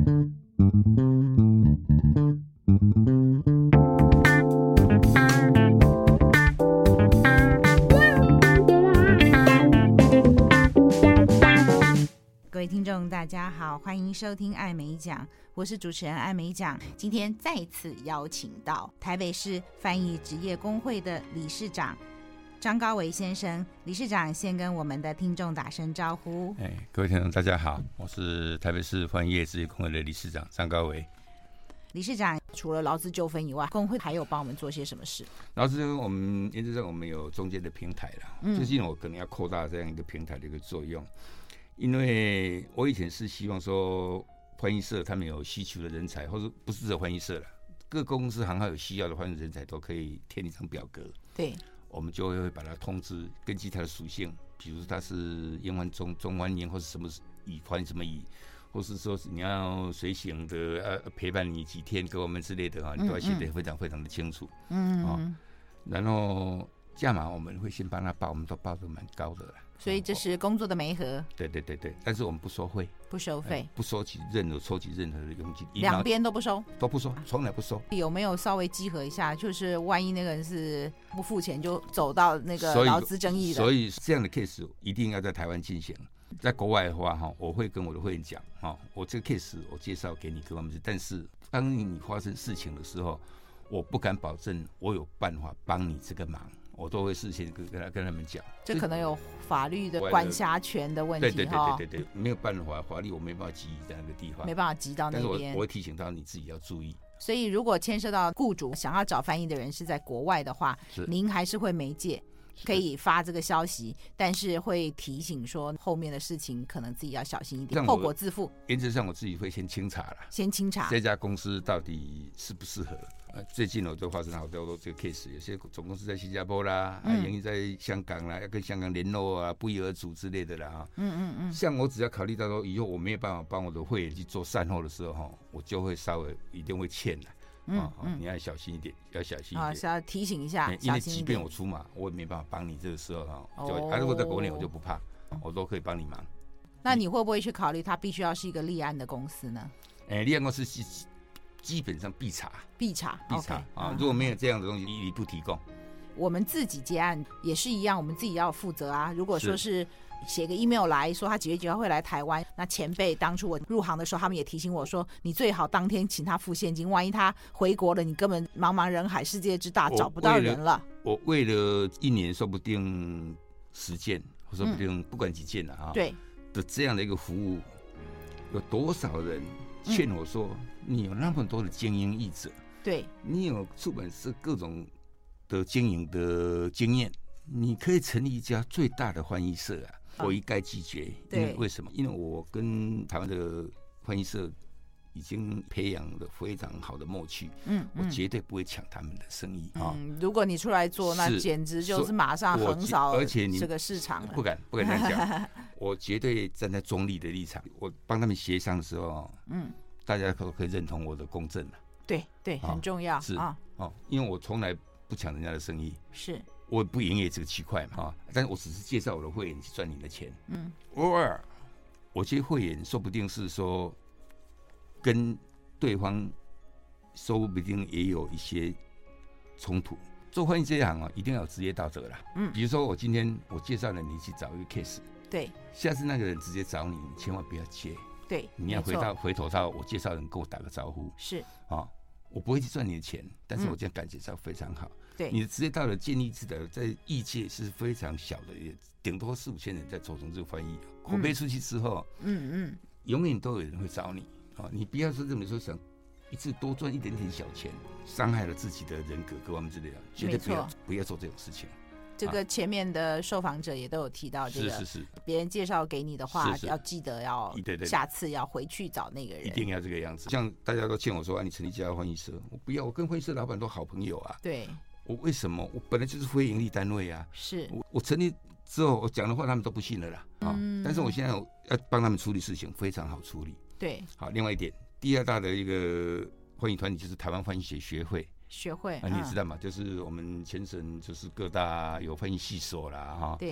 各位听众大家好，欢迎收听艾美奖，我是主持人艾美奖。今天再次邀请到台北市翻译职业工会的理事长张高维先生。理事长先跟我们的听众打声招呼。 各位听众大家好，我是台北市翻译业职业工会的理事长张高维。 理事长，除了劳资纠纷以外，工会还有帮我们做些什么事？ 劳资纠纷我们原则上我们有中间的平台了，最近我可能要扩大这样一个平台的一个作用，因为我以前是希望说翻译社他们有需求的人才，或者不是只有翻译社了，各公司行号有需要的翻译人才都可以填一张表格， 对， 我们就会把它通知，根据它的属性，比如他是英翻中翻英或是什么乙翻什么乙，或是说你要随行的陪伴你几天给我们之类的你都要写得非常非常的清楚。然后价码我们会先帮他报，我们都报得蛮高的啦。 所以这是工作的媒合。 对，但是我们不收费， 不收费， 不收取任何的佣金， 两边都不收， 都不收，从来不收。 有没有稍微稽核一下？就是万一那个人是不付钱就走到那个劳资争议的， 所以这样的 case 一定要在台湾进行。在国外的话，我会跟我的会员讲，我这个 case 我介绍给你各方面，但是当你发生事情的时候，我不敢保证我有办法帮你这个忙，我都会事先跟他们讲。 这可能有法律的管辖权的问题。 对，没有办法，法律我没办法给予在那个地方， 没办法急到那边。 但是我会提醒到你自己要注意。 所以如果牵涉到雇主想要找翻译的人是在国外的话，您还是会媒介。可以发这个消息，但是会提醒说后面的事情可能自己要小心一点，后果自负。 原则上我自己会先清查了， 先清查这家公司到底适不适合。最近我就发生好多这个 case， 有些总公司在新加坡啦，营运在香港啦，要跟香港联络啊，不一而足之类的啦。像我只要考虑到说以后我没有办法帮我的会员去做善后的时候，我就会稍微一定会欠的。你要小心一点，要小心一点， 是要提醒一下， 因为即便我出马，我也没办法帮你。这个时候如果在国内我就不怕，我都可以帮你忙。 那你会不会去考虑他必须要是一个立案的公司呢？ 立案公司基本上必查，如果没有这样的东西，一律不提供。 我们自己接案也是一样，我们自己要负责啊。如果说是写个 email 来说他几月几号会来台湾，那前辈当初我入行的时候他们也提醒我说，你最好当天请他付现金，万一他回国了，你根本茫茫人海世界之大找不到人了。 我为了一年说不定10件，说不定不管几件了对的这样的一个服务，有多少人劝我说，你有那么多的精英译者，对，你有出版社各种的经营的经验，你可以成立一家最大的翻译社啊！我一概拒绝，因为为什么？因为我跟台湾的翻译社已经培养了非常好的默契，我绝对不会抢他们的生意如果你出来做，那简直就是马上横扫这个市场了。 不敢这样讲，我绝对站在中立的立场。我帮他们协商的时候，大家可以认同我的公正了。 对，很重要是因为我从来不抢人家的生意， 是我不营业这个区块嘛但是我只是介绍我的会员去赚你的钱。偶尔我这些会员说不定是说跟对方说不定也有一些冲突。做翻译这一行一定要有职业道德啦。比如说我今天我介绍了你去找一个 case， 对，下次那个人直接找你，你千万不要接。对，你要回头到我介绍人跟我打个招呼。是我不会去赚你的钱，但是我这样感觉上非常好。对，你的职业道德建立制的在业界是非常小的，也顶多4-5千人在做成这个翻译。口碑出去之后，永远都有人会找你。你不要说这么说想一次多赚一点点小钱，伤害了自己的人格各方面之类的，绝对不要做这种事情。 这个前面的受访者也都有提到，这个是别人介绍给你的话，要记得要下次要回去找那个人， 一定要这个样子。像大家都劝我说，你成立一家翻译社，我不要，我跟翻译社老板都好朋友啊。对，我为什么？我本来就是非营利单位啊。是，我成立之后，我讲的话他们都不信了啦。但是我现在要帮他们处理事情，非常好处理。对，好，另外一点，第二大的一个翻译团体就是台湾翻译学会。 学会你也知道嘛，就是我们全省就是各大有翻译系所啦，对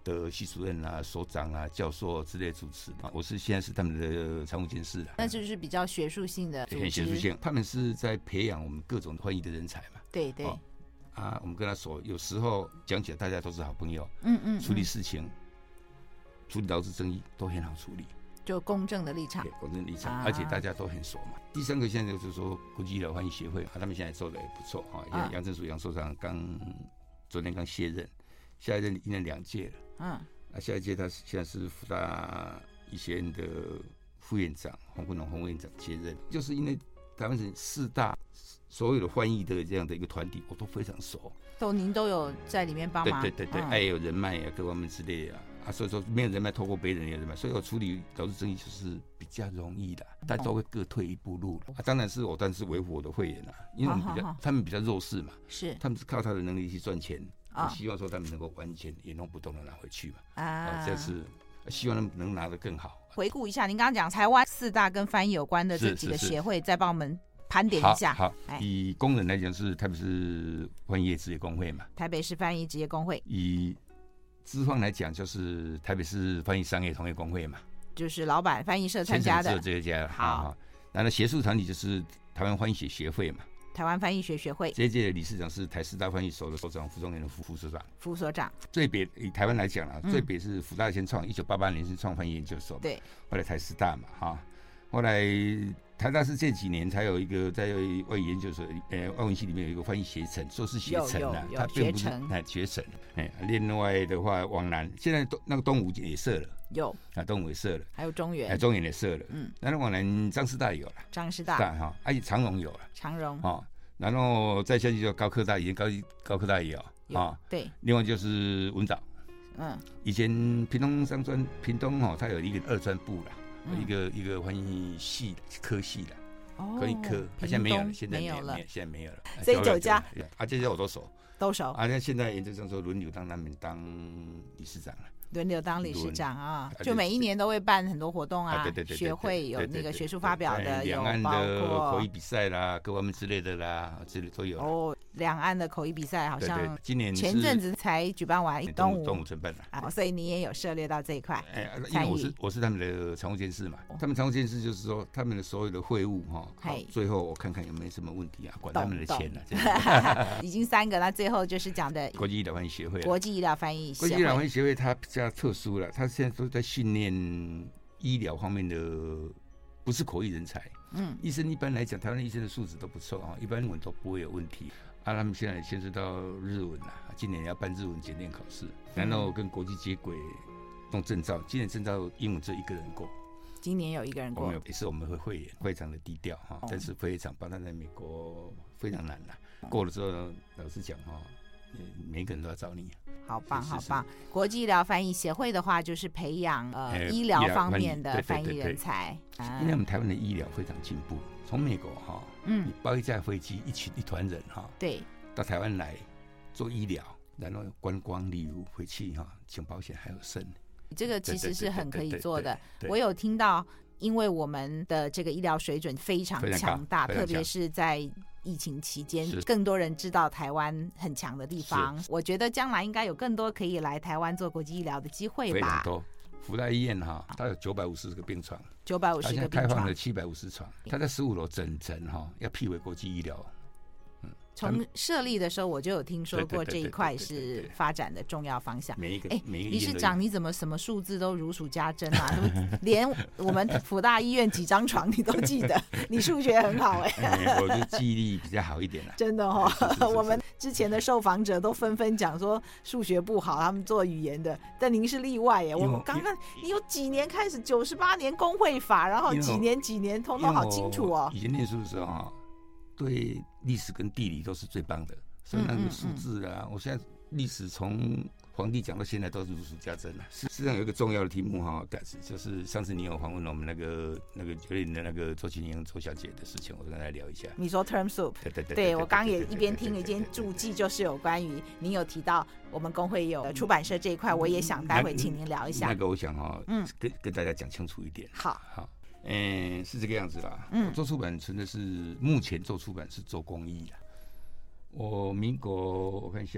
的系主任啊、所长啊、教授之类主持。我现在是他们的常务监事了。 那就是比较学术性的组织， 很学术性。他们是在培养我们各种翻译的人才嘛。 对对。 我们跟他说，有时候讲起来大家都是好朋友，处理事情、处理劳资争议都很好处理， 就公正的立场， 公正立场，而且大家都很熟嘛。第三个现在就是说国际医疗翻译协会，他们现在做的也不错啊。杨振书杨所长昨天刚卸任，下一任一任2届了，下一届他现在是福大医学院的副院长洪坤龙洪院长接任，就是因为台湾省4大所有的翻译的这样的一个团体，我都非常熟。 您都有在里面帮忙。 对，也有人脉啊，各方面之类啊，所以说没有人脉，透过别人也有人脉，所以我处理劳资争议就是比较容易的，大家都会各退一步路了。当然是我，但是维护我的会员啦，因为他们比较弱势嘛， 是他们是靠他的能力去赚钱，我希望说他们能够完全原封不动的拿回去嘛，这是希望他们能拿得更好。 回顾一下，您刚刚讲台湾4大跟翻译有关的这几个协会，再帮我们盘点一下。 好，以工人来讲是台北市翻译业职业工会嘛， 台北市翻译职业工会。 以资方来讲就是台北市翻译商业同业工会嘛， 就是老板翻译社参加的。 这家好，然后学术团体就是台湾翻译协会嘛， 台湾翻译学会。 这一届的理事长是台师大翻译所的所长傅中原的副所长。最北以台湾来讲啊，最北是辅大先创，1988年是创翻译研究所， 对， 后来台师大嘛，后来台大是这几年才有一个在外语研究所外文系里面有一个翻译学程，说是学程啊，它并不是学程。另外的话，往南现在那个东吴也设了，有东吴也设了， 还有中原也设了，然后往南张师大也有了， 张师大而且长荣有了，然后再下去就高科大，以前高科大也有对， 另外就是文藻，以前屏东商专它有一个2专部啦。一个翻译系科系的，翻译科，现在没有了，现在没有了。 所以9家这些我都熟。那现在研究生说轮流当理事长了。 轮流当理事长啊，就每一年都会办很多活动啊，学会有那个学术发表的， 两岸的口译比赛啦，各方面之类的啦，之类都有。 两岸的口译比赛好像今年前阵子才举办完，东吴承办了所以你也有涉猎到这一块。 因为我是他们的常务监事嘛，他们常务监事就是说他们的所有的会务最后我看看有没有什么问题啊，管他们的钱了。 已经3个，那最后就是讲的国际医疗翻译协会。 国际医疗翻译协会它比较特殊了，它现在都在训练医疗方面的，不是口译人才。医生一般来讲，台湾的医生的素质都不错一般文都不会有问题。他们现在牵涉到日文今年要办日文检验考试，然后跟国际接轨弄证照。今年证照英文只有1个人过， 今年有1个人过， 也是我们会员，非常的低调但是非常棒。但在美国非常难过了之后，老实讲每个人都要找你。 好棒，好棒！国际医疗翻译协会的话，就是培养医疗方面的翻译人才。 因为我们台湾的医疗非常进步，从美国你包一架飞机，一团人对， 到台湾来做医疗，然后观光旅游回去请保险还有剩。 这个其实是很可以做的。我有听到，因为我们的这个医疗水准非常强大，特别是在疫情期间，更多人知道台湾很强的地方。我觉得将来应该有更多可以来台湾做国际医疗的机会吧。 非常多。福大医院它有950个病床 ，950个病床， 它现在开放了750床，它在15楼整层要辟为国际医疗。 从设立的时候我就有听说过这一块是发展的重要方向。 每一个理事长你怎么什么数字都如数家珍啊？连我们辅大医院几张床你都记得，你数学很好我就记忆力比较好一点啦。 真的我们之前的受访者都纷纷讲说数学不好，他们做语言的，但您是例外我们刚刚你有几年开始98年工会法，然后几年通通好清楚以前念书的时候对历史跟地理都是最棒的，所以那个数字我现在历史从皇帝讲到现在都是如数家珍事实上有一个重要的题目就是上次你有访问了我们那个90年的那个周庆英周小姐的事情，我跟大家聊一下。 你说 term soup， 对，我刚也一边听一边注记，就是有关于您有提到我们工会有出版社这一块，我也想待会请您聊一下。 那个我想跟大家讲清楚一点。 好。 是这个样子啦。我做出版纯的是目前做出版是做公益啦。我民国我看一下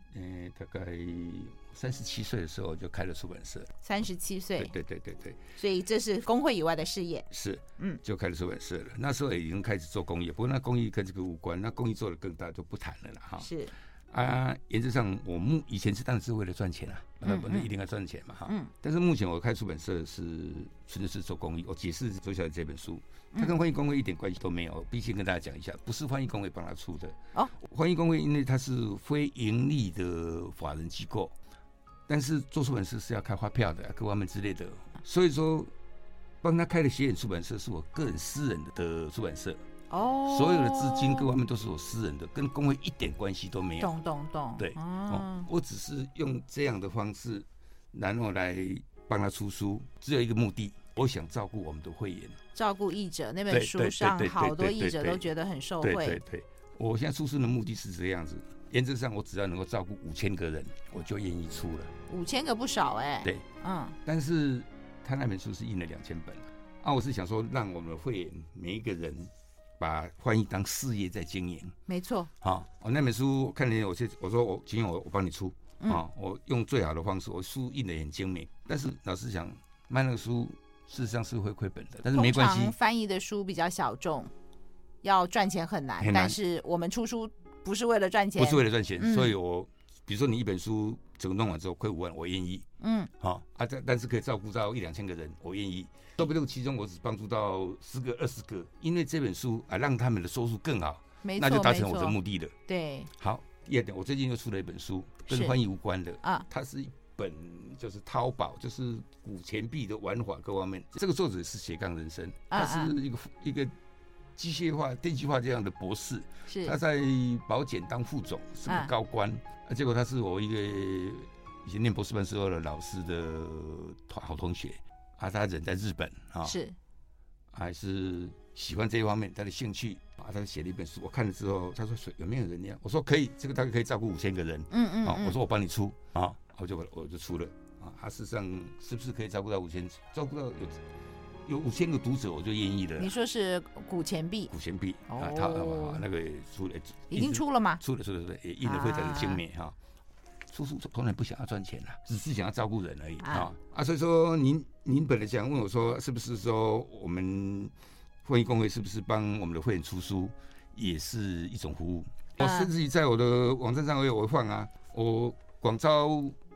大概37岁的时候就开了出版社。 37岁， 对， 所以这是工会以外的事业。 是，就开了出版社了。那时候也已经开始做公益，不过那公益跟这个无关，那公益做得更大就不谈了啦哈。 是啊，原则上我以前当然是为了赚钱啊，那一定要赚钱嘛哈。但是目前我开出版社是纯粹是做公益。我解释周小姐这本书，它跟翻译工会一点关系都没有。必须跟大家讲一下，不是翻译工会帮他出的。翻译工会因为它是非盈利的法人机构，但是做出版社是要开发票的，各方面之类的，所以说帮他开的写眼出版社是我个人私人的出版社。所有的资金各方面都是我私人的，跟工会一点关系都没有。 懂。 对，我只是用这样的方式，然后来帮他出书，只有一个目的，我想照顾我们的会员， 照顾译者。那本书上好多译者都觉得很受惠。 对，我现在出书的目的是这样子，原则上我只要能够照顾5000个人，我就愿意出了。 5000个不少哎。 对，但是他那本书是印了2000本我是想说，让我们的会员每一个人把翻译当事业在经营。没错。我那本书看了，我说今天我帮你出我用最好的方式，我书印得很精美。但是老实讲，卖那个书事实上是会亏本的，但是没关系。 通常翻译的书比较小众，要赚钱很难。但是我们出书不是为了赚钱， 所以我比如说你一本书整个弄完之后亏5万，我愿意。但是可以照顾到1-2千个人，我愿意。说不定其中我只帮助到10个、20个，因为这本书让他们的收入更好，那就达成我的目的了。 对， 好，第二点，我最近又出了一本书，跟翻译无关的它是一本就是淘宝，就是古钱币的玩法各方面。这个作者是斜杠人生，他是一个机械化、电气化这样的博士，他在保检当副总，是个高官。结果他是我一个以前念博士班时候的老师的好同学。他人在日本还是喜欢这一方面，他的兴趣他写了一本书，我看了之后，他说有没有人这样？我说可以，这个大概可以照顾5000个人。我说我帮你出我就出了事实上是不是可以照顾到5000？照顾到有5000个读者，我就愿意了。 你说是古钱币？ 他那个出了， 已经出了吗？ 出了，也印得非常的精美出书从来不想要赚钱只是想要照顾人而已所以说您本来想问我说，是不是说我们翻译工会是不是帮我们的会员出书，也是一种服务？我甚至于在我的网站上我会放我广招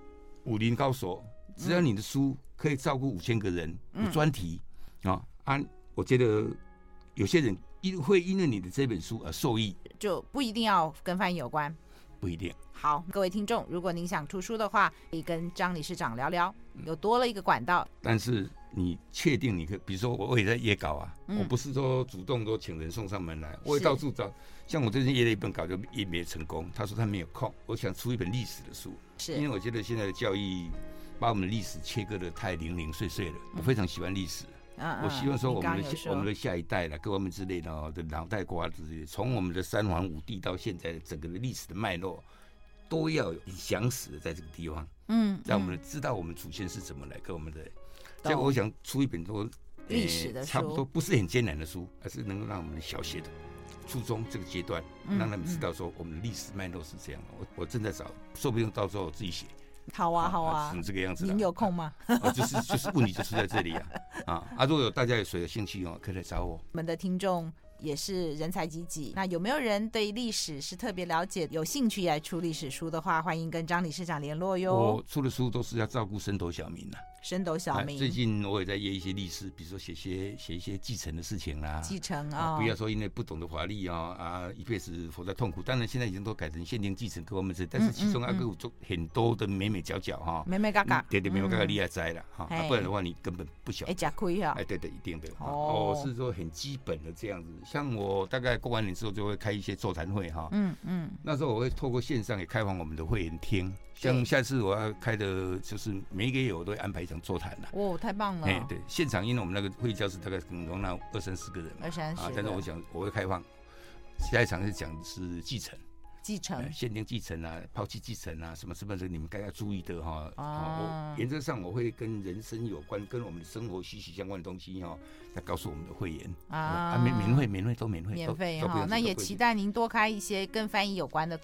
50高手，只要你的书可以照顾5000个人，有专题我觉得有些人会因为你的这本书而受益， 就不一定要跟翻译有关。 不一定。 好，各位听众，如果您想出书的话，可以跟张理事长聊聊，有多了一个管道。 但是你确定你可以，比如说我也在约稿我不是说主动都请人送上门来，我会到处找。像我最近约了一本稿就也没成功，他说他没有空。我想出一本历史的书，因为我觉得现在的教育把我们的历史切割的太零零碎碎了。我非常喜欢历史。我希望说我们的下一代各方面之类的脑袋瓜子，从我们的3皇5帝到现在的整个的历史的脉络，都要有详实的在这个地方，让我们知道我们祖先是怎么来跟我们的。所以我想出一本多历史的书， 差不多不是很艰难的书，而是能够让我们小学的初中这个阶段，让他们知道说我们的历史脉络是这样的。我正在找，说不定到时候我自己写。 好啊， 是这个样子。 您有空吗？ 就是问题就出在这里如果有大家有谁有兴趣可以来找我。 我们的听众也是人才济济，那有没有人对历史是特别了解，有兴趣来出历史书的话，欢迎跟张理事长联络哟。 我出的书都是要照顾升斗小民升斗小民。 最近我也在约一些律师，比如说写一些继承的事情啦， 继承不要说因为不懂得法律一辈子活在痛苦。当然现在已经都改成限定继承各方面，但是其中有很多的美美角角美美嘎嘎， 对，美美嘎嘎厉害在了不然的话你根本不晓得。 吃亏对，一定的。我是说很基本的这样子。像我大概过完年之后就会开一些座谈会那时候我会透过线上也开放我们的会员听。像下次我要开的就是每一个月我都会安排一场座谈太棒了。 对，现场因为我们那个会议教室大概容纳20-30个人 ，20-30个。 但是我会开放，下一场是讲的是继承，限定继承抛弃继承什么你们该要注意的我原则上我会跟人生有关，跟我们的生活息息相关的东西来告诉我们的会员免费都免费那也期待您多开一些跟翻译有关的课，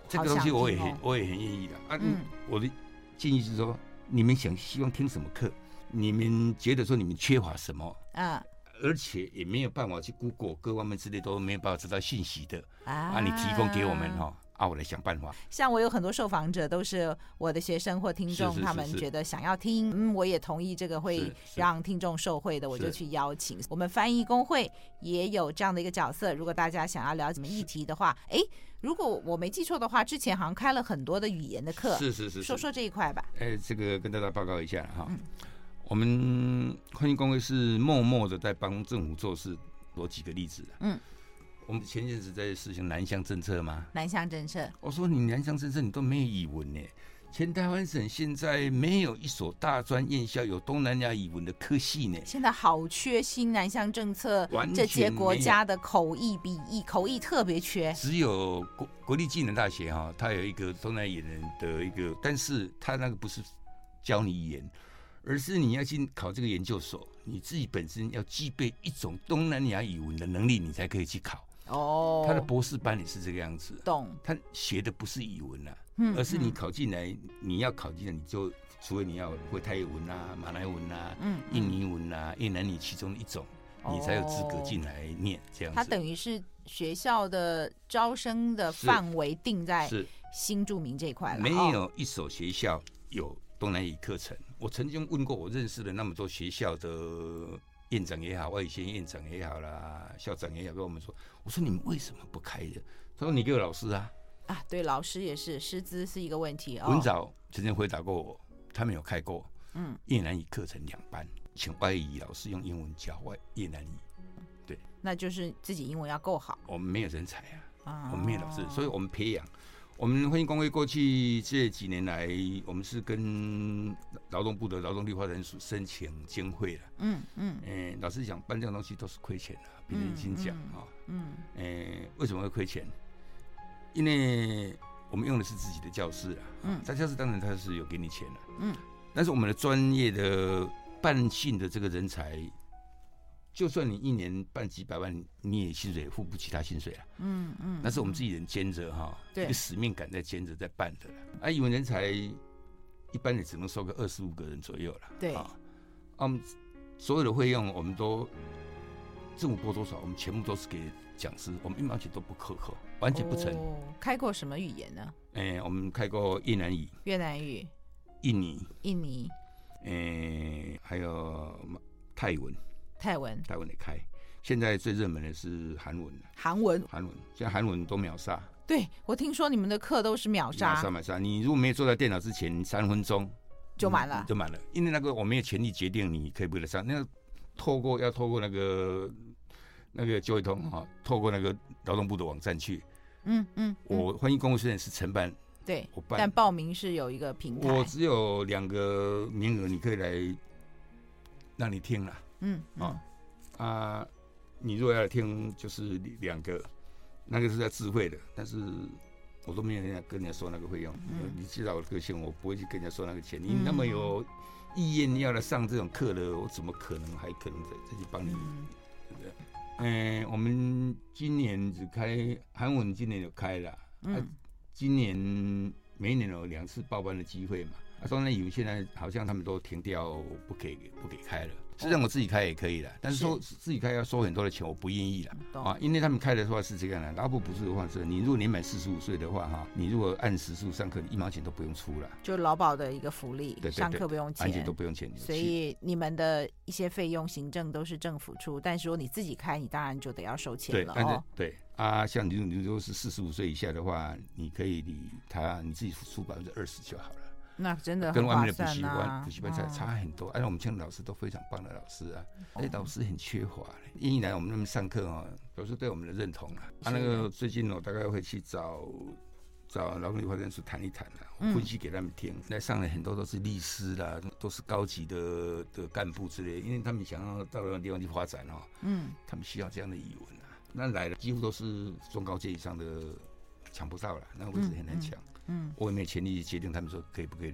这个东西我也很愿意的啊。我的建议是说，你们希望听什么课？你们觉得说你们缺乏什么？而且也没有办法去 Google 各方面之类都没有办法知道信息的你提供给我们我来想办法。 像我有很多受访者都是我的学生或听众，他们觉得想要听，我也同意这个会让听众受惠的，我就去邀请。我们翻译工会也有这样的一个角色，如果大家想要了解什么议题的话，如果我没记错的话，之前好像开了很多的语言的课， 是， 说说这一块吧。 这个跟大家报告一下哈。我们翻译工会是默默的在帮政府做事。我举个例子我们前阵子在实行南向政策嘛。 南向政策， 我说你南向政策你都没有语文呢。全台湾省现在没有一所大专院校有东南亚语文的科系呢。 现在好缺新南向政策，这些国家的口译笔译口译特别缺。 只有国立暨南大学它有一个东南亚语言的一个，但是它那个不是教你语言，而是你要去考这个研究所，你自己本身要具备一种东南亚语文的能力，你才可以去考。他的博士班也是这个样子。懂。他学的不是语文而是你考进来，你要考进来，你就除非你要会泰文马来文印尼文越南语其中一种，你才有资格进来念这样子。它等于是学校的招生的范围定在新住民这一块了。 没有一所学校有东南亚课程。我曾经问过我认识的那么多学校的院长也好，外语系院长也好啦，校长也好，跟我们说，我说你们为什么不开的？他说你给我老师对，老师也是师资是一个问题。 文藻曾经回答过我，他们有开过越南语课程2班，请外语老师用英文教越南语。对， 那就是自己英文要够好。 我们没有人才我们没有老师，所以我们培养。我们翻译工会过去这几年来，我们是跟劳动部的劳动力发展署申请经费了。老实讲，办这种东西都是亏钱的，比人金讲为什么会亏钱？因为我们用的是自己的教室在教室当然他是有给你钱但是我们的专业的办训的这个人才，就算你一年办几百万，你也薪水也付不起他薪水那是我们自己人兼着一个使命感在兼着在办的语文人才一般也只能收个25个人左右了。 对我们所有的费用我们都政府拨多少，我们全部都是给讲师，我们1毛钱都不克扣，完全不成。 开过什么语言呢？ 我们开过越南语、印尼，还有泰文也开。现在最热门的是韩文，现在韩文都秒杀。 对，我听说你们的课都是秒杀。 你如果没有坐在电脑之前3分钟就满了， 因为那个我没有权利决定你可以不可以上，那个要透过那个就业通透过那个劳动部的网站去。我翻译工会虽然是承办， 对，但报名是有一个平台。 我只有2个名额，你可以来让你听啦。你如果要听，就是2个，那个是要自费的，但是我都没有跟人家说那个费用。你知道我的个性，我不会去跟人家说那个钱。你那么有意愿要来上这种课的，我怎么可能还可能再去帮你？对不对？我们今年只开韩文，今年有开了。今年每一年有2次报班的机会嘛。东南亚现在好像他们都停掉，不给开了。是让我自己开也可以的，但是说自己开要收很多的钱，我不愿意了因为他们开的话是这样的，大部分不是的话是，你如果年满45岁的话你如果按时数上课，你1毛钱都不用出了， 就劳保的一个福利， 对， 上课不用钱， 安检都不用钱， 所以你们的一些费用行政都是政府出，但是如果你自己开，你当然就得要收钱了。 对，像你如果是45岁以下的话，你可以你自己出20%就好了。 那真的跟外面的补习班差很多。我们现在老师都非常棒的老师老师很缺乏，愿意来我们那边上课表示对我们的认同那个最近我大概会去找劳动力发展署谈一谈分析给他们听。来上来很多都是律师啦，都是高级的干部之类的，因为他们想要到那个地方去发展他们需要这样的语文那来了几乎都是中高阶以上的，抢不到了，那个位置很难抢。我也没有权利决定他们说可以不可以来。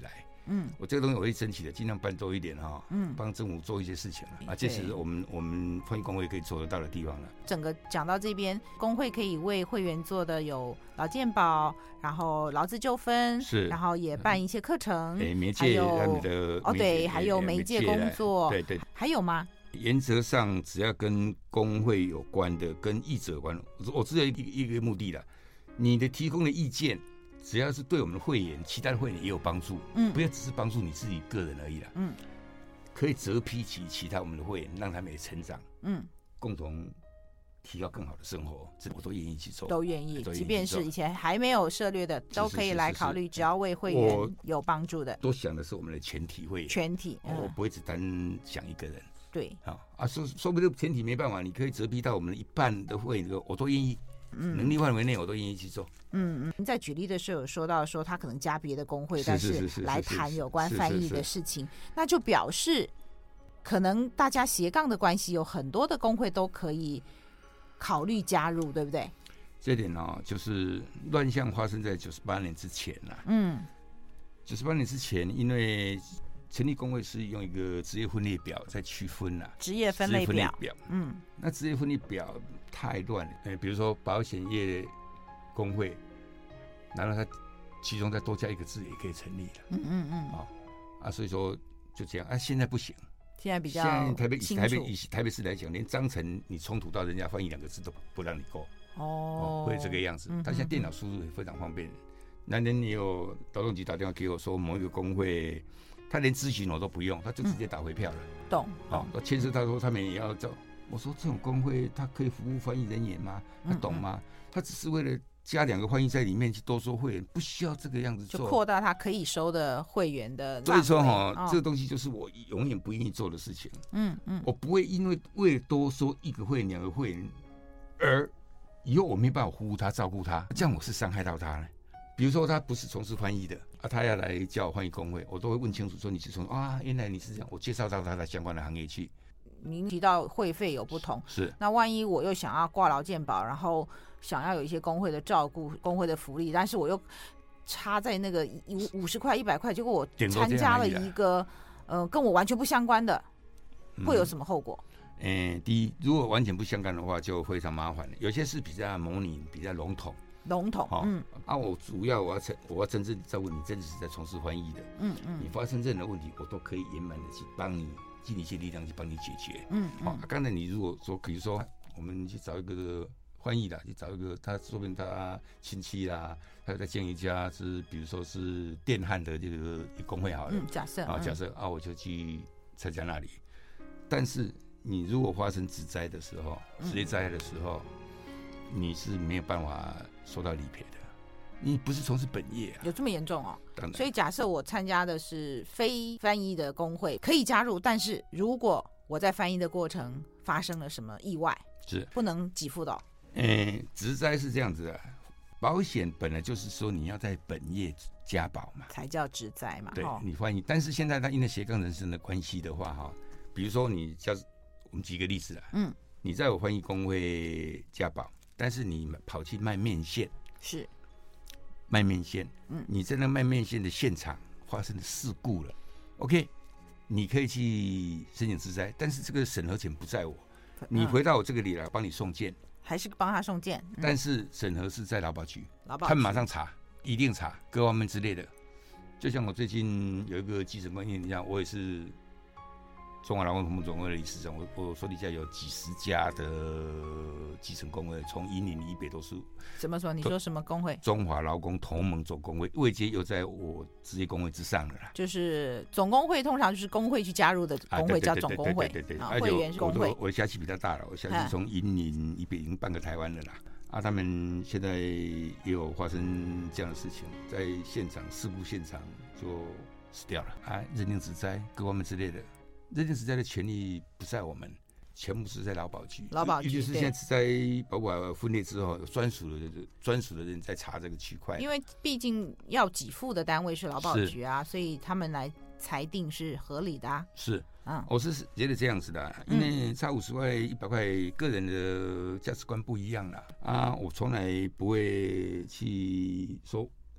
我这个东西我会争取的，尽量办多一点哈，帮政府做一些事情啊，这是我们欢迎工会可以做得到的地方了。 整个讲到这边，工会可以为会员做的有劳健保，然后劳资纠纷，是，然后也办一些课程， 媒介他们的对，还有媒介工作， 对， 还有吗？ 原则上，只要跟工会有关的、跟译者有关，我只有一个目的啦。你的提供的意见，只要是对我们的会员、其他的会员也有帮助，不要只是帮助你自己个人而已啦。可以责批起其他我们的会员，让他们也成长，共同提高更好的生活，这我都愿意去做， 都愿意，即便是以前还没有涉猎的，都可以来考虑，只要为会员有帮助的。 都想的是我们的全体会员， 全体， 我不会只单想一个人。 对， 说不定前提没办法，你可以折批到我们的一半的会员，我都愿意，能力范围内我都愿意去做。 您在举例的时候有说到说他可能加别的工会，但是来谈有关翻译的事情，那就表示可能大家斜杠的关系，有很多的工会都可以考虑加入，对不对？ 这点就是乱象发生在98年之前啦。98年之前，因为成立工会是用一个职业分类表在区分啦， 职业分类表。 那职业分类表太乱了。比如说保险业工会，然后它其中再多加一个字也可以成立了。所以说就这样现在不行。 现在比较现在台北市来讲，连章程你冲突到人家翻译2个字都不让你过。会这个样子。他现在电脑输入也非常方便。那天你有劳动局打电话给我说某一个工会，他连咨询我都不用，他就直接打回票了。 懂。 牵涉他说他们也要走。我说这种工会他可以服务翻译人员吗？他懂吗？他只是为了加2个翻译在里面去多收会员，不需要这个样子做， 就扩大他可以收的会员的。 所以说这个东西就是我永远不愿意做的事情。我不会因为了多收1个会员2个会员，而以后我没办法服务他照顾他，这样我是伤害到他呢。比如说他不是从事翻译的他要来叫我翻译工会，我都会问清楚说你是从原来你是这样，我介绍到他的相关的行业去。 您提到会费有不同， 是那万一我又想要挂劳健保，然后想要有一些工会的照顾、工会的福利，但是我又插在那个50块、100块，结果我参加了一个跟我完全不相关的，会有什么后果？ 第一，如果完全不相干的话，就非常麻烦了。有些是比较模拟、比较笼统。我主要我要真正照顾你，真的是在从事翻译的。你发生任何问题，我都可以圆满的去帮你，尽一些力量去帮你解决。刚才你如果说，比如说我们去找一个翻译啦，去找一个他说不定他亲戚啦，他在建一家是比如说是电焊的这个工会好了。 假设我就去参加那里。但是你如果发生职灾的时候，职业灾害的时候，你是没有办法收到理赔的，你不是从事本业有这么严重当然。 所以假设我参加的是非翻译的工会，可以加入，但是如果我在翻译的过程发生了什么意外， 是不能给付的。 职灾是这样子的，保险本来就是说你要在本业加保嘛， 才叫职灾嘛。 对，你翻译，但是现在他因为斜杠人生的关系的话比如说我们举个例子你在我翻译工会加保，但是你跑去卖面线， 是卖面线，你在那卖面线的现场发生了事故了 ，OK， 你可以去申请职灾，但是这个审核权不在我，你回到我这个里来帮你送件， 还是帮他送件， 但是审核是在劳保局，他们马上查，一定查各方面之类的。就像我最近有一个基层关系，你讲我也是中华劳工同盟总会的理事长，我手底下有几十家的基层工会，从云林以北都是。 怎么说？你说什么工会？ 中华劳工同盟总工会，位阶又在我职业工会之上了啦。 就是总工会通常就是工会去加入的工会叫总工会， 对， 会员是工会。 我的辖区比较大了，我辖区从云林以北已经半个台湾了啦。他们现在也有发生这样的事情，在事故现场就死掉了认定职灾各方面之类的。认定职灾的权利不在我们，全部是在劳保局。尤其是现在职灾保管分裂之后，有专属的人在查这个区块。 因为毕竟要给付的单位是劳保局所以他们来裁定是合理的是，我是觉得这样子的因为差50块、100块，个人的价值观不一样啦我从来不会去说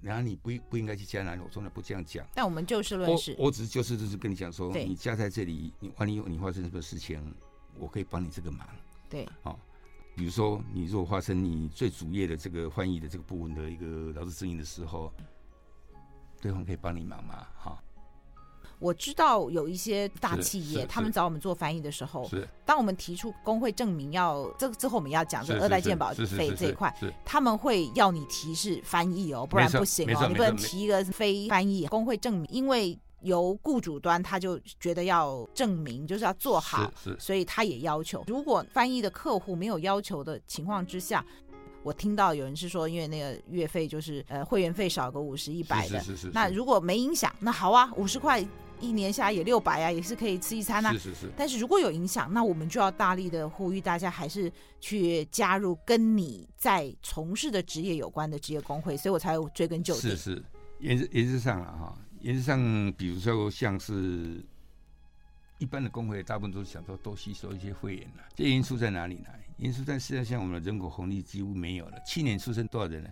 然后你不应该去加哪里，我从来不这样讲。 但我们就事论事， 我只是就事论事跟你讲说，你加在这里，你万一你发生什么事情，我可以帮你这个忙。 对， 比如说你如果发生你最主业的这个翻译的这个部分的一个劳资争议的时候，对方可以帮你忙嘛， 我知道有一些大企业，他们找我们做翻译的时候，当我们提出工会证明要这之后，我们要讲这二代健保费这一块，他们会要你提是翻译哦，不然不行哦，你不能提一个非翻译工会证明，因为由雇主端他就觉得要证明，就是要做好，所以他也要求。如果翻译的客户没有要求的情况之下，我听到有人是说，因为那个月费就是会员费少个50、100的，那如果没影响，那好啊，50块。1年下来也600啊，也是可以吃一餐啊。但是如果有影响，那我们就要大力的呼吁大家，还是去加入跟你在从事的职业有关的职业工会，所以我才追根究底。 是，原则上了哈，原则上，比如说像是一般的工会，大部分都是想说多吸收一些会员了。这因素在哪里呢？因素在现在像我们的人口红利几乎没有了，去年出生多少人呢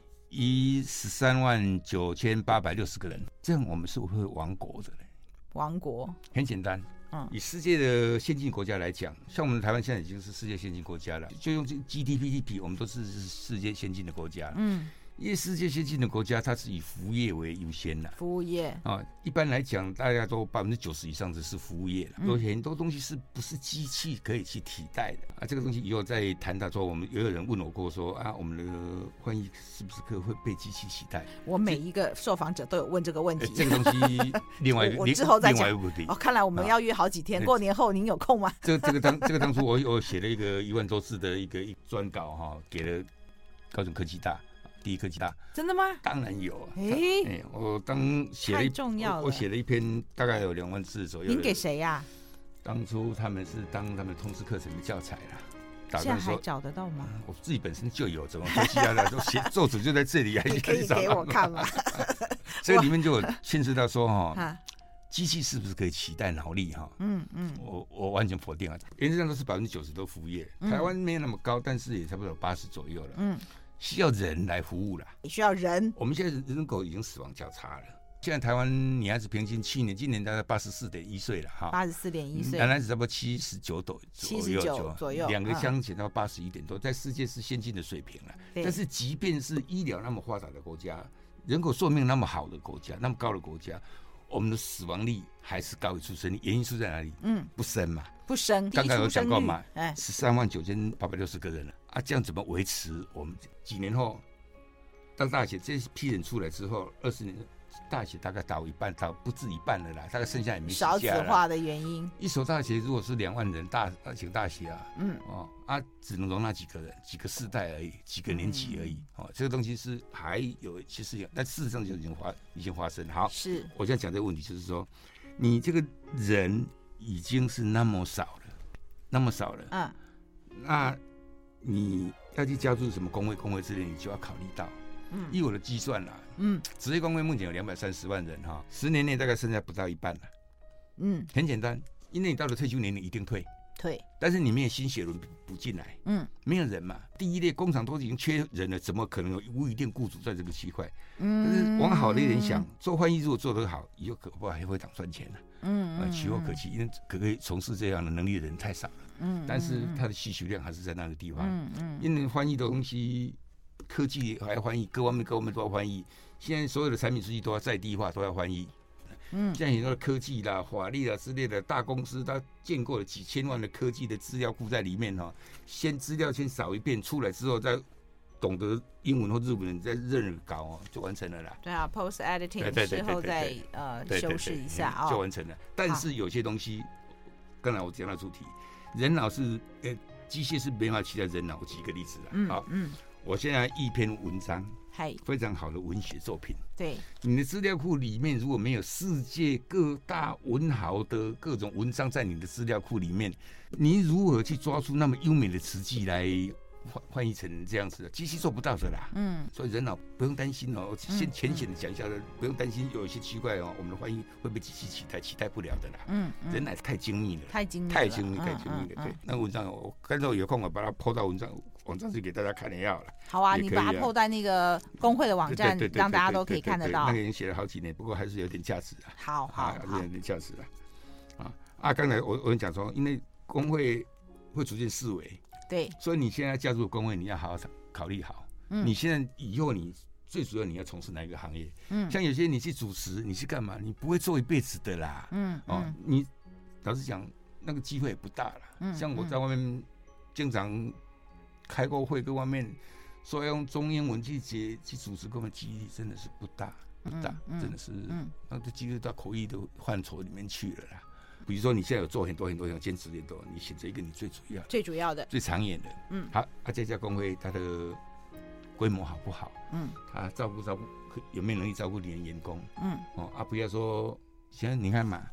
？139860个人，这样我们是会亡国的嘞。 亡国很简单，以世界的先进国家来讲，像我们台湾现在已经是世界先进国家了，就用 GDP 比，我们都是世界先进的国家。因为世界先进的国家，它是以服务业为优先的。 服务业一般来讲，大家都90%以上的是服务业了。有很多东西是不是机器可以去替代的这个东西以后再谈到说，我们也有人问我过说我们的翻译是不是会被机器替代？ 我每一个受访者都有问这个问题。 这个东西另外一个， 我之后再讲。看来我们要约好几天。过年后您有空吗？ 这个当初我写了一个1万多字的一个专稿给了高雄科技大。第一科技大， 真的吗？ 当然有。我太重要了。 我写了一篇大概有2万字左右。 您给谁呀？ 当初他们是当他们通识课程的教材啦。 现在还找得到吗？ 我自己本身就有，怎么科技大的作者就在这里，还可以给我看吗？ 这个里面就有牵涉到说机器是不是可以取代脑力我完全否定啊。原则上都是90%都服务业，台湾没有那么高，但是也差不多有80左右了。需要人来服务了， 也需要人。 我们现在人口已经死亡较差了。现在台湾女孩子平均今年大概84.1岁了 84.1岁， 男孩子差不多79左右，两个相减到81点多，在世界是先进的水平了。但是即便是医疗那么发达的国家，人口寿命那么好的国家，那么高的国家，我们的死亡率还是高于出生率，原因是在哪里？不生嘛， 不生。 刚刚有讲过嘛，139860个人了这样怎么维持？我们几年后当大学这批人出来之后，20年大学大概倒一半，倒不止一半了啦，大概剩下也没几家了。 少子化的原因， 一所大学如果是2万人大学只能容纳几个人，几个世代而已，几个年级而已。这个东西是还有其实有，但事实上就已经发生。好， 是我现在讲这个问题，就是说你这个人已经是那么少了，那你要去加入什么工会之类，你就要考虑到。以我的计算啦，职业工会目前有230万人10年内大概剩下不到一半了。很简单，因为你到了退休年龄一定退，但是你没有新血轮补进来，没有人嘛。第一类工厂都已经缺人了，怎么可能有无一定雇主在这个区块？但是往好的一点想，做翻译如果做得好，以后可不还会涨赚钱呢？取货可期，因为可以从事这样的能力的人太少了。但是它的需求量还是在那个地方。因为翻译的东西，科技还要翻译，各方面都要翻译。现在所有的产品设计都要在地化，都要翻译。现在很多的科技啦、法律啦之类的大公司，它建构了几千万的科技的资料库在里面资料先扫一遍，出来之后再懂得英文或日文，再认稿就完成了啦。 对啊 ，post editing 之后再修饰一下就完成了。但是有些东西，刚才我讲到主题，人脑是机械是没法取代人脑。我举一个例子啦。我现在一篇文章，非常好的文学作品。 对， 你的资料库里面如果没有世界各大文豪的各种文章在你的资料库里面，你如何去抓出那么优美的词句来翻译成这样子的，机器做不到的啦。所以人脑不用担心哦。先浅显的讲一下不用担心有一些奇怪哦，我们的翻译会被机器取代不了的啦。人脑太精密了，太精密了。对，那文章我刚才有空我把它抛到网站去给大家看一下好了。 好啊，你把它抛在那个工会的网站，让大家都可以看得到。 那个已经写了好几年，不过还是有点价值啊。 好， 有点价值啊。刚才我讲说，因为工会会逐渐式微。 对， 所以你现在加入工会，你要好好考虑好。你现在以后你最主要你要从事哪一个行业？像有些你去主持，你去干嘛？你不会做一辈子的啦。你老实讲，那个机会也不大了。像我在外面经常开过会，跟外面说要用中英文去主持，根本几率真的是不大，真的是，那这几率到口译的范畴里面去了啦。比如说你现在有做很多兼职很多，你选择一个你最主要的、最长远的。好这家工会它的规模好不好？它照顾有没有能力照顾你的员工？不要说现在你看嘛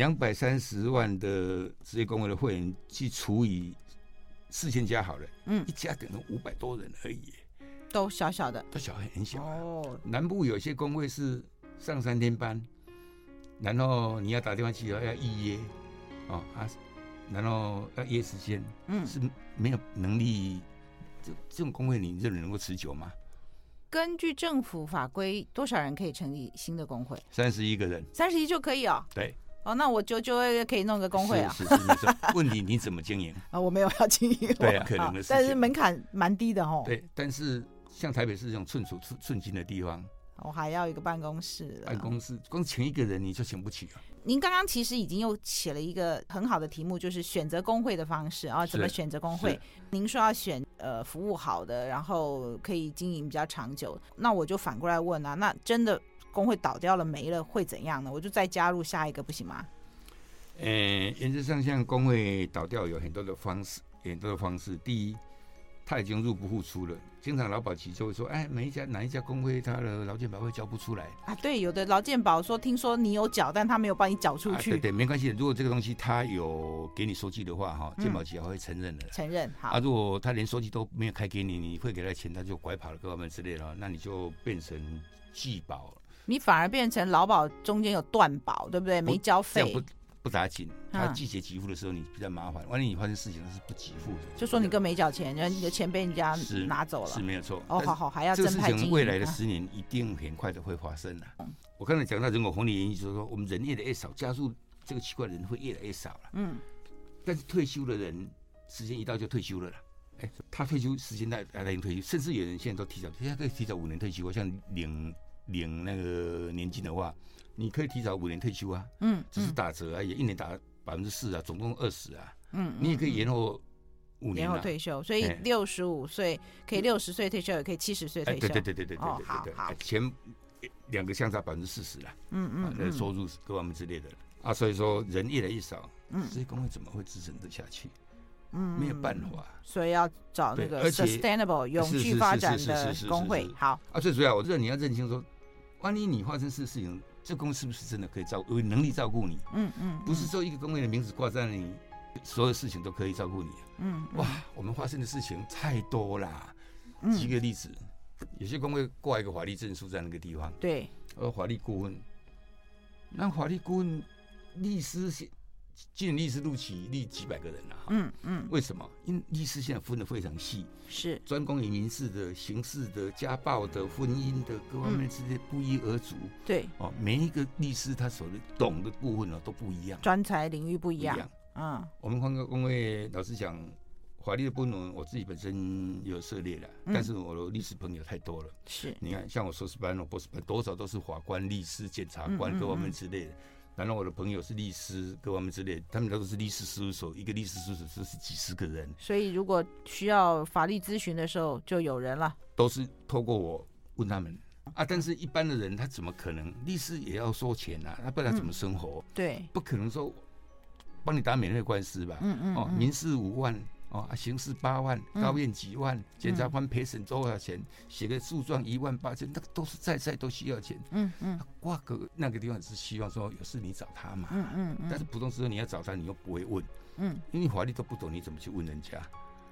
，230万的职业工会的会员去除以4000家好了，一家等于500多人而已， 都小小的， 很小南部有些工会是上3天班。然后你要打电话去要预约，然后要约时间，是没有能力。这种工会你认为能够持久吗？ 根据政府法规，多少人可以成立新的工会 ？31个人 ，31就可以哦。 对。 那我就可以弄个工会啊。 是问题你怎么经营？ 我没有要经营。 对可能的事情。 但是门槛蛮低的哦。 对，但是像台北市这种寸土寸金的地方。 我还要一个办公室光请一个人你就请不起啊。 您刚刚其实已经又写了一个很好的题目，就是选择工会的方式怎么选择工会。您说要选服务好的，然后可以经营比较长久。那我就反过来问那真的工会倒掉了没了会怎样呢？我就再加入下一个不行吗？ 原则上像工会倒掉有很多的方式。第一，他已经入不敷出了。经常劳保局就会说，哪一家工会他的劳健保会交不出来对，有的劳健保说听说你有缴，但他没有帮你缴出去。 对，没关系。如果这个东西他有给你收据的话，健保局还会承认的。 承认好。 如果他连收据都没有开给你，你会给他钱，他就拐跑了各方面之类的，那你就变成拒保， 你反而变成劳保中间有断保，对不对？没交费。 不打紧，他季节给付的时候你比较麻烦，万一你发生事情是不给付的， 就说你更没缴钱，然后你的钱被人家拿走了， 是没有错。 好，还要正派经营。 这个事情未来的10年一定很快的会发生了。我刚才讲到人口红利原因，就是说我们人越来越少，加入这个奇怪的人会越来越少了。但是退休的人时间一到就退休了啦。他退休时间来退休，甚至有人现在都现在可以提早5年退休。像领那个年金的话，你可以提早5年退休啊，只是打折也1年打4%啊，总共20啊，你也可以延后5年延后退休，所以65岁可以60岁退休，也可以70岁退休。 对，好，前2个相差40%啦，收入各方面之类的所以说人越来越少，这些工会怎么会支撑得下去？没有办法， 所以要找那个 sustainable 永续发展的工会。好最主要，我觉得你要认清说，万一你发生事情，这工会是不是真的可以有能力照顾你？不是说一个工会的名字挂在那里，所有事情都可以照顾你。我们发生的事情太多啦。举个例子，有些工会挂一个法律证书在那个地方， 对， 法律顾问，那法律顾问律师今年律师录取率几百个人了。为什么？因为律师现在分得非常细， 是专攻于民事的、刑事的、家暴的、婚姻的各方面之类不一而足。 对每一个律师他所懂的部分都不一样， 专才领域不一样。 我们换个工会，老实讲，法律的部分我自己本身有涉猎了，但是我的律师朋友太多了。 是， 你看，像我硕士班、博士班，多少都是法官、律师、检察官各方面之类的。然后我的朋友是律师，各方面之类的，他们都是律师事务所，一个律师事务所就是几十个人。 所以如果需要法律咨询的时候，就有人了。 都是透过我问他们但是一般的人他怎么可能？律师也要收钱他不然怎么生活？ 对， 不可能说帮你打免费官司吧？民事5万。刑事8万，高院几万，检察官陪审多少钱？写个诉状18000，那个都是在都需要钱。挂个那个地方是希望说有事你找他嘛。但是普通时候你要找他，你又不会问。因为法律都不懂，你怎么去问人家？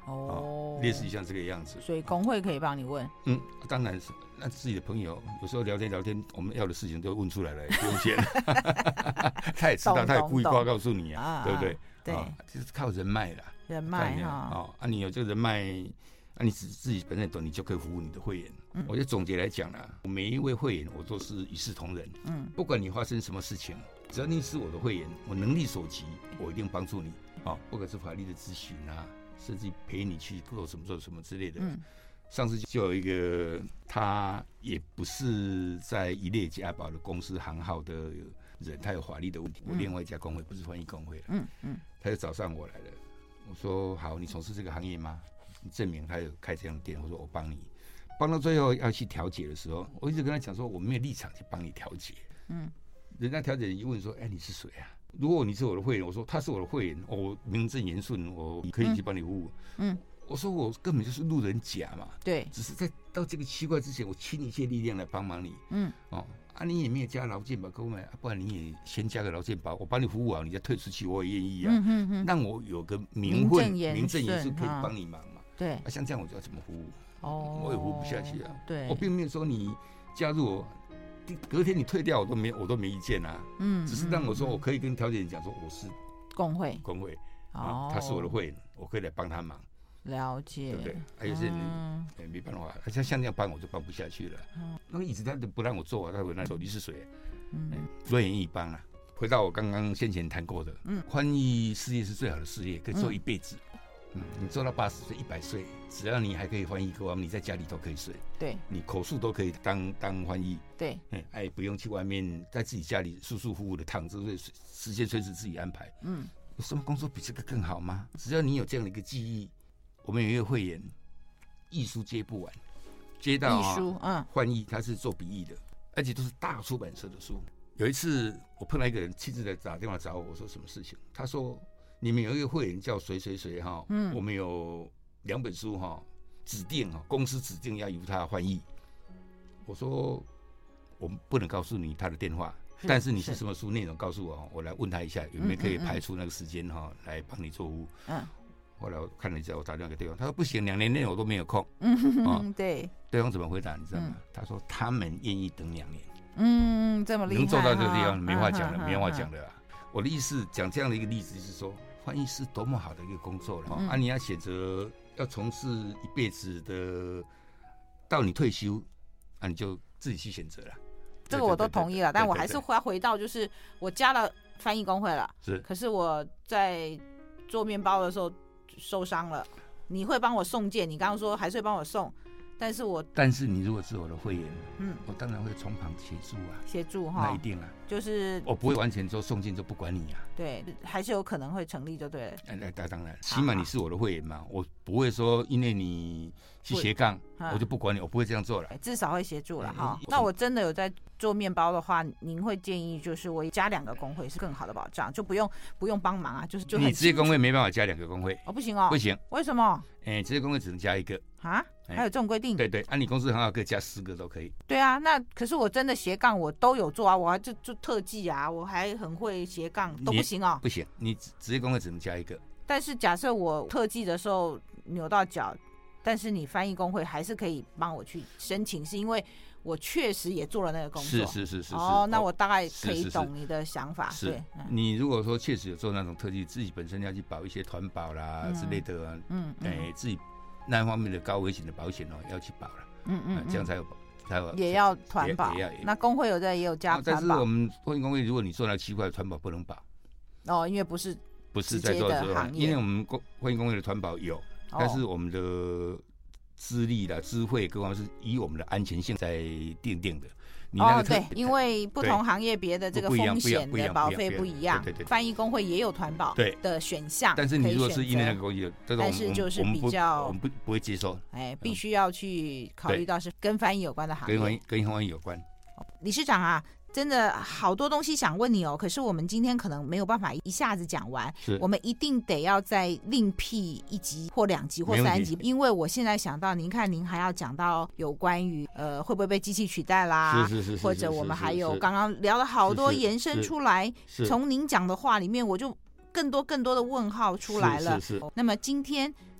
类似于像这个样子。 所以工会可以帮你问。 当然是，那自己的朋友有时候聊天，我们要的事情都问出来了，不用钱。他也知道，他也故意告诉你啊，对不对？ 对， 就是靠人脉啦。 人脉哈， 你有这个人脉，你自己本身懂，你就可以服务你的会员。我就总结来讲啦，每一位会员我都是一视同仁。不管你发生什么事情，只要你是我的会员，我能力所及，我一定帮助你。不管是法律的咨询啊，甚至陪你去做什么之类的。上次就有一个，他也不是在一类家保的公司行号的人，他有法律的问题。我另外一家工会不是翻译工会了。他就找上我来了。我说好，你从事这个行业吗？你证明他有开这样的店。我说我帮你。帮到最后要去调解的时候，我一直跟他讲说，我没有立场去帮你调解。人家调解人一问说，你是谁啊？如果你是我的会员，我说他是我的会员，我名正言顺，我可以去帮你服务。我说我根本就是路人甲嘛， 对， 只是在到这个区块之前，我倾一切力量来帮忙你。你也没有加劳健保购买，不然你也先加个劳健保，我帮你服务好，你再退出去，我也愿意啊。让我有个名正言顺可以帮你忙嘛。 对， 像这样我就要怎么服务？我也服务不下去啊。 对， 我并没有说你加入我，隔天你退掉我都没意见啊。只是让我说我可以跟调解人讲说我是工会，他是我的会员，我可以来帮他忙。 了解， 对不对？还有些人没办法，像这样帮我就帮不下去了。那个椅子他都不让我坐，他会那手你是谁？不愿意帮啊。回到我刚刚先前谈过的，翻译事业是最好的事业，可以做一辈子。你做到80岁、100岁，只要你还可以翻译你在家里都可以睡。对，你口述都可以当翻译。对，不用去外面，在自己家里舒舒服服的躺着，时间随时自己安排。有什么工作比这个更好吗？只要你有这样的一个记忆。我们有一个会员，译书接不完，接到译书，翻译他是做笔译的，而且都是大出版社的书。有一次我碰到一个人亲自来打电话找我，我说什么事情？他说你们有一个会员叫谁谁谁哈，我们有2本书哈，指定公司指定要由他翻译。我说我们不能告诉你他的电话，但是你是什么书内容告诉我，我来问他一下有没有可以排出那个时间哈来帮你做服务。后来我看了一下，我打电话给对方，他说不行，2年内我都没有空。对，对方怎么回答你知道吗？他说他们愿意等2年。这么厉害，能做到这个地方，没话讲了，没话讲了。我的意思讲这样的一个例子，就是说翻译是多么好的一个工作了。你要选择要从事一辈子的，到你退休，你就自己去选择了。这个我都同意了，但我还是要回到，就是我加了翻译工会了，可是我在做面包的时候受伤了，你会帮我送件，你刚刚说还是会帮我送，但是你如果是我的会员，我当然会从旁协助哈，那一定啊，就是我不会完全说送件就不管你啊，对，还是有可能会成立就对了。那当然，起码你是我的会员嘛，我不会说因为你去斜杠我就不管你，我不会这样做了，至少会协助了哈。那我真的有在做面包的话，您会建议就是我加2个工会是更好的保障，就不用帮忙啊，就你职业工会没办法加2个工会哦，不行哦，不行，为什么？职业工会只能加1个啊？还有这种规定？对对，你公司很好，可以加10个都可以。对啊，那可是我真的斜杠我都有做啊，我还就特技啊，我还很会斜杠，都不行哦。不行，你职业工会只能加1个。但是假设我特技的时候扭到脚，但是你翻译工会还是可以帮我去申请，是因为我确实也做了那个工作。是。哦，那我大概可以懂你的想法。是，你如果说确实有做那种特技，自己本身要去保一些团保啦之类的，自己那方面的高危险的保险要去保了，这样才有也要团保。那工会有的也有加团保，但是我们会员工会，如果你做那奇怪的团保不能保。哦，因为不是在做的行业，因为我们会员工会的团保有，但是我们的资历啦、资费各方面是以我们的安全性在定的。对，因为不同行业别的这个风险的保费不一样。对，翻译工会也有团保的选项，但是你如果是因为那个工具，但是就是比较我们不会接受。必须要去考虑到是跟翻译有关的行业，跟翻译有关。理事长啊，真的好多东西想问你哦，可是我们今天可能没有办法一下子讲完，我们一定得要再另辟1集或2集或3集，因为我现在想到，您看您还要讲到有关于会不会被机器取代啦，或者我们还有刚刚聊了好多延伸出来，从您讲的话里面我就更多的问号出来了。那么今天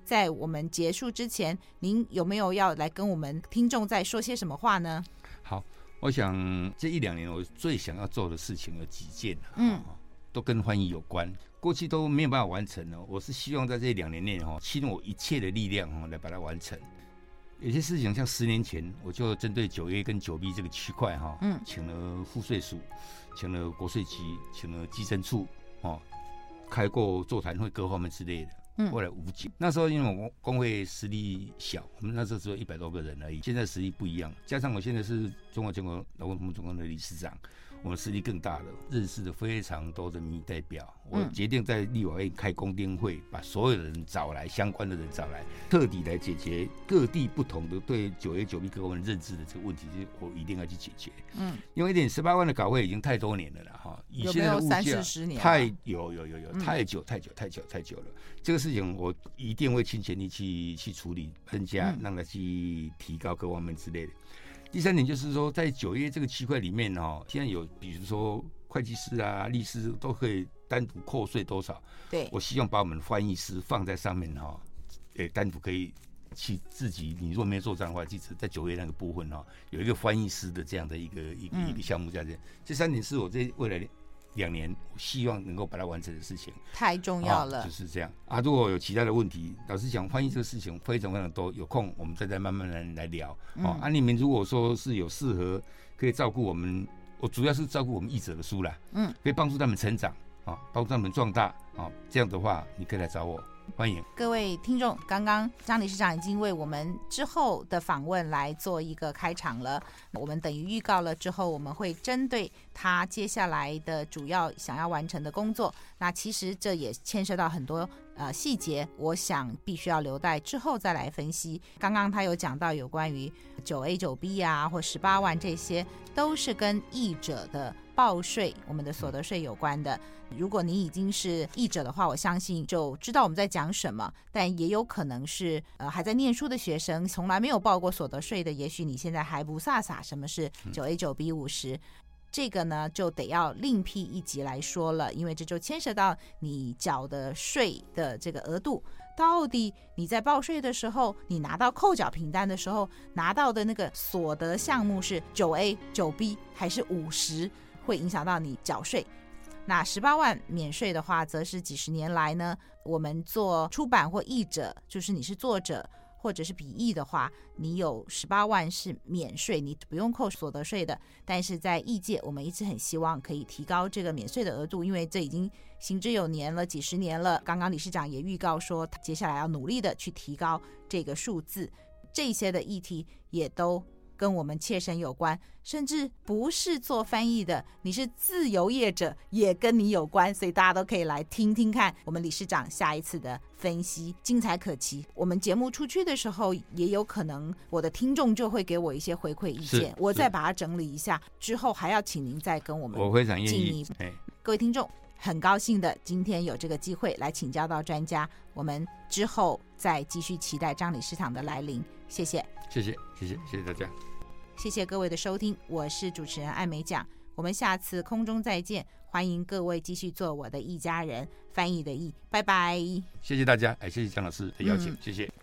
在我们结束之前，您有没有要来跟我们听众再说些什么话呢？ 好，我想这1-2年我最想要做的事情有几件，都跟翻译有关，过去都没有办法完成了。我是希望在这2年内倾我一切的力量来把它完成。有些事情像10年前，我就针对9A 跟9B 这个区块请了赋税署，请了国税局，请了稽征处开过座谈会各方面之类的。后来无解。那时候因为我们工会实力小，我们那时候只有100多个人而已。现在实力不一样，加上我现在是中华全国劳工同盟总工的理事长，我们实力更大了，认识了非常多的民意代表。我决定在立法院开公听会，把所有的人找来，相关的人找来，彻底来解决各地不同的对9A、9B 各方面认知的这个问题，我一定要去解决。因为1.18万的稿费已经太多年了啦，以现在的物价有没有30-40年？ 有太久了。这个事情我一定会倾全力去处理，增加让它去提高各方面之类的。第3点就是说，在9A这个区块里面现在有比如说会计师啊、律师都可以单独扣税多少？对，我希望把我们翻译师放在上面单独可以去自己，你如果没有做账的话，其实在9A那个部分有一个翻译师的这样的一个项目在这。这3点是我这未来2年我希望能够把它完成的事情， 太重要了。 就是这样如果有其他的问题，老实讲，翻译这个事情非常非常多，有空我们再慢慢来聊。你们如果说是有适合可以照顾我们，我主要是照顾我们译者的书啦，可以帮助他们成长帮助他们壮大这样的话，你可以来找我。欢迎各位听众，刚刚张理事长已经为我们之后的访问来做一个开场了。我们等于预告了之后，我们会针对他接下来的主要想要完成的工作，那其实这也牵涉到很多细节，我想必须要留待之后再来分析。刚刚他有讲到有关于9A、9B 啊，或18万，这些都是跟译者的报税，我们的所得税有关的。如果你已经是译者的话，我相信就知道我们在讲什么，但也有可能是还在念书的学生，从来没有报过所得税的，也许你现在还不飒飒什么是9A、9B、50。这个呢就得要另辟一集来说了，因为这就牵涉到你缴的税的这个额度，到底你在报税的时候，你拿到扣缴凭单的时候拿到的那个所得项目是9A、9B 还是50，会影响到你缴税。那18万免税的话，则是几十年来呢，我们做出版或译者，就是你是作者或者是笔译的话，你有18万是免税，你不用扣所得税的。但是在译界，我们一直很希望可以提高这个免税的额度，因为这已经行之有年了，几十年了。刚刚理事长也预告说，接下来要努力的去提高这个数字。这些的议题也都跟我们切身有关，甚至不是做翻译的，你是自由业者也跟你有关，所以大家都可以来听听看我们理事长下一次的分析，精彩可期。我们节目出去的时候，也有可能我的听众就会给我一些回馈意见，我再把它整理一下，之后还要请您再跟我们我非常愿进一步。各位听众，很高兴的今天有这个机会来请教到专家，我们之后再继续期待张理事长的来临。谢谢大家， 谢谢各位的收听，我是主持人艾美奖，我们下次空中再见，欢迎各位继续做我的译家人，翻译的译，拜拜。 谢谢大家，谢谢张老师的邀请，谢谢。